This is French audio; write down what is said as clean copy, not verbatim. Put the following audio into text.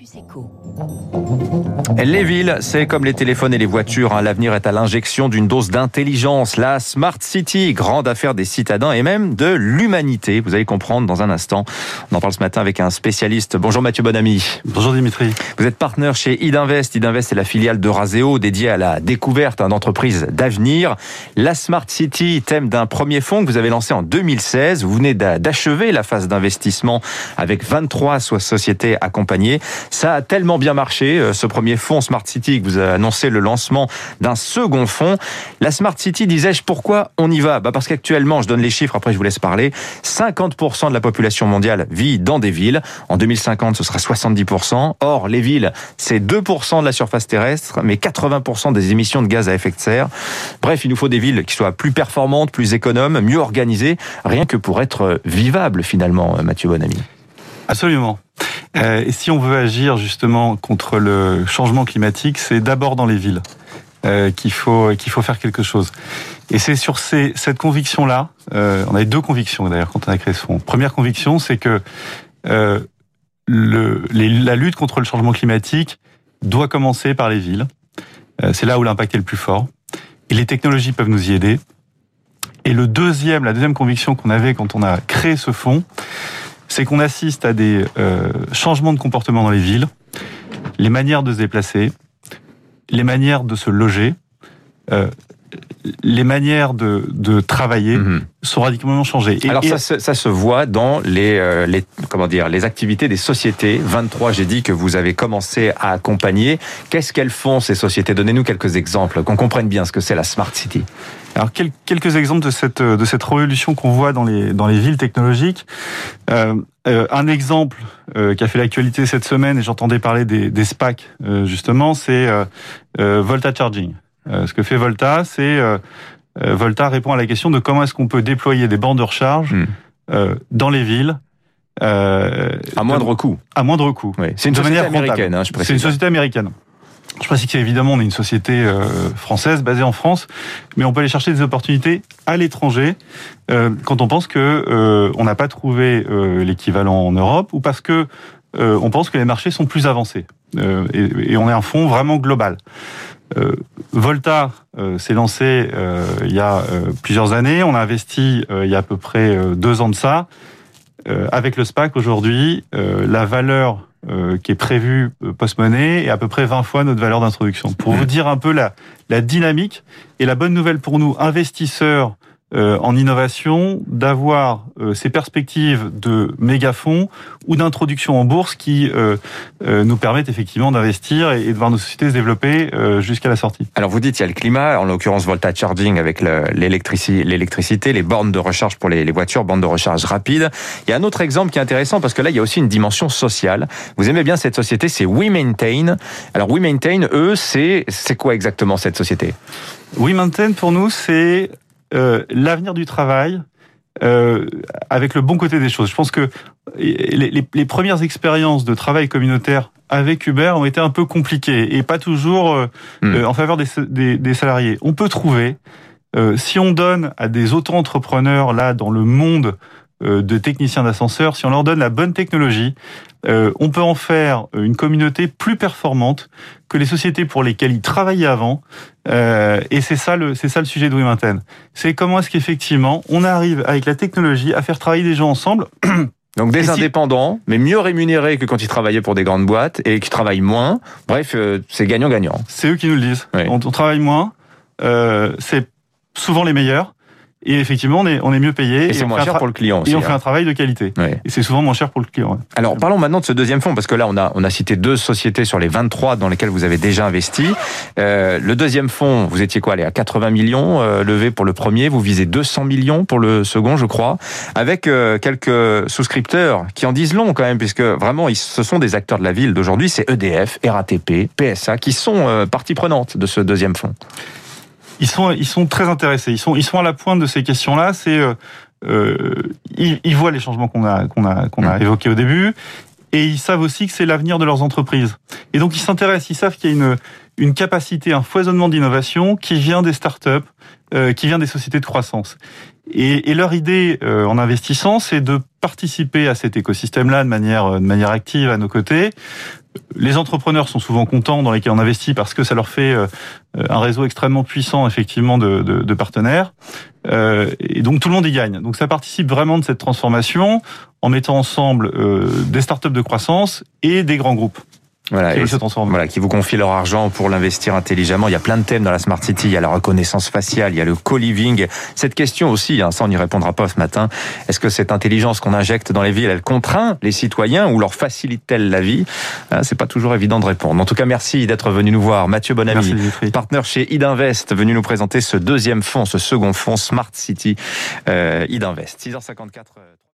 Campus Éco. Les villes, c'est comme les téléphones et les voitures. L'avenir est à l'injection d'une dose d'intelligence. La Smart City, grande affaire des citadins et même de l'humanité. Vous allez comprendre dans un instant. On en parle ce matin avec un spécialiste. Bonjour Mathieu Bonamy. Bonjour Dimitri. Vous êtes partenaire chez Idinvest. Idinvest, c'est la filiale d'Eurazeo dédiée à la découverte d'entreprises d'avenir. La Smart City, thème d'un premier fonds que vous avez lancé en 2016. Vous venez d'achever la phase d'investissement avec 23 sociétés accompagnées. Ça a tellement bien marché, ce premier fonds Smart City, que vous avez annoncé le lancement d'un second fonds. La Smart City, disais-je, pourquoi on y va ? Parce qu'actuellement, je donne les chiffres, après je vous laisse parler, 50% de la population mondiale vit dans des villes. En 2050, ce sera 70%. Or, les villes, c'est 2% de la surface terrestre, mais 80% des émissions de gaz à effet de serre. Bref, il nous faut des villes qui soient plus performantes, plus économes, mieux organisées, rien que pour être vivables finalement, Mathieu Bonamy. Absolument. Et si on veut agir justement contre le changement climatique, c'est d'abord dans les villes qu'il faut faire quelque chose. Et c'est sur cette conviction-là, on avait deux convictions d'ailleurs quand on a créé ce fonds. Première conviction, c'est que la lutte contre le changement climatique doit commencer par les villes. C'est là où l'impact est le plus fort. Et les technologies peuvent nous y aider. Et la deuxième conviction qu'on avait quand on a créé ce fonds, c'est qu'on assiste à des changements de comportement dans les villes, les manières de se déplacer, les manières de se loger, les manières de travailler sont radicalement changées. Alors ça se voit dans les activités des sociétés. 23, j'ai dit que vous avez commencé à accompagner. Qu'est-ce qu'elles font ces sociétés ? Donnez-nous quelques exemples, qu'on comprenne bien ce que c'est la Smart City. Alors quelques exemples de cette révolution qu'on voit dans les villes technologiques. Un exemple qui a fait l'actualité cette semaine, et j'entendais parler des SPAC justement, c'est Volta Charging. Ce que fait Volta, c'est Volta répond à la question de comment est-ce qu'on peut déployer des bornes de recharge dans les villes à moindre coût. À moindre coût. Oui. C'est une société américaine, je précise. C'est une société américaine. Je précise qu'évidemment, on est une société française, basée en France, mais on peut aller chercher des opportunités à l'étranger quand on pense que on n'a pas trouvé l'équivalent en Europe, ou parce que on pense que les marchés sont plus avancés. Et on est un fonds vraiment global. Volta s'est lancé il y a plusieurs années. On a investi il y a à peu près 2 ans de ça. Avec le SPAC aujourd'hui, la valeur qui est prévue post-money est à peu près 20 fois notre valeur d'introduction. Pour vous dire un peu la dynamique, et la bonne nouvelle pour nous, investisseurs en innovation, d'avoir ces perspectives de méga-fonds ou d'introduction en bourse qui nous permettent effectivement d'investir et de voir nos sociétés se développer jusqu'à la sortie. Alors vous dites, il y a le climat, en l'occurrence Volta Charging avec l'électricité, les bornes de recharge pour les voitures, bornes de recharge rapides. Il y a un autre exemple qui est intéressant parce que là, il y a aussi une dimension sociale. Vous aimez bien cette société, c'est WeMaintain. Alors WeMaintain, eux, c'est quoi exactement cette société ? WeMaintain, pour nous, c'est l'avenir du travail avec le bon côté des choses. Je pense que les premières expériences de travail communautaire avec Uber ont été un peu compliquées et pas toujours en faveur des salariés. On peut trouver, si on donne à des auto-entrepreneurs là dans le monde de techniciens d'ascenseurs, si on leur donne la bonne technologie, on peut en faire une communauté plus performante que les sociétés pour lesquelles ils travaillaient avant. Et c'est ça le sujet de WeMaintain. C'est comment est-ce qu'effectivement on arrive avec la technologie à faire travailler des gens ensemble. Donc des indépendants, mais mieux rémunérés que quand ils travaillaient pour des grandes boîtes et qui travaillent moins. Bref, c'est gagnant-gagnant. C'est eux qui nous le disent. Oui. On travaille moins, c'est souvent les meilleurs. Et effectivement, on est mieux payé. Et c'est moins cher pour le client aussi. Et on fait un travail de qualité. Oui. Et c'est souvent moins cher pour le client. Alors, parlons maintenant de ce deuxième fonds, parce que là, on a cité 2 sociétés sur les 23 dans lesquelles vous avez déjà investi. Le deuxième fonds, vous étiez à 80 millions levés pour le premier, vous visez 200 millions pour le second, je crois, avec quelques souscripteurs qui en disent long quand même, puisque vraiment, ce sont des acteurs de la ville d'aujourd'hui, c'est EDF, RATP, PSA, qui sont partie prenante de ce deuxième fonds. Ils sont très intéressés. Ils sont à la pointe de ces questions-là. Ils voient les changements qu'on a évoqués au début. et ils savent aussi que c'est l'avenir de leurs entreprises. Et donc ils s'intéressent, ils savent qu'il y a une capacité, un foisonnement d'innovation qui vient des startups, qui vient des sociétés de croissance. Et leur idée en investissant, c'est de participer à cet écosystème-là de manière active à nos côtés. Les entrepreneurs sont souvent contents dans lesquels on investit parce que ça leur fait un réseau extrêmement puissant, effectivement, de partenaires. Et donc tout le monde y gagne. Donc ça participe vraiment de cette transformation en mettant ensemble des startups de croissance et des grands groupes. Voilà, qui vous confient leur argent pour l'investir intelligemment. Il y a plein de thèmes dans la Smart City. Il y a la reconnaissance faciale, il y a le co-living. Cette question aussi, ça on n'y répondra pas ce matin. Est-ce que cette intelligence qu'on injecte dans les villes, elle contraint les citoyens ou leur facilite-t-elle la vie? C'est pas toujours évident de répondre. En tout cas, merci d'être venu nous voir. Mathieu Bonamy, partenaire chez Idinvest, venu nous présenter ce second fonds Smart City Idinvest. 6h54.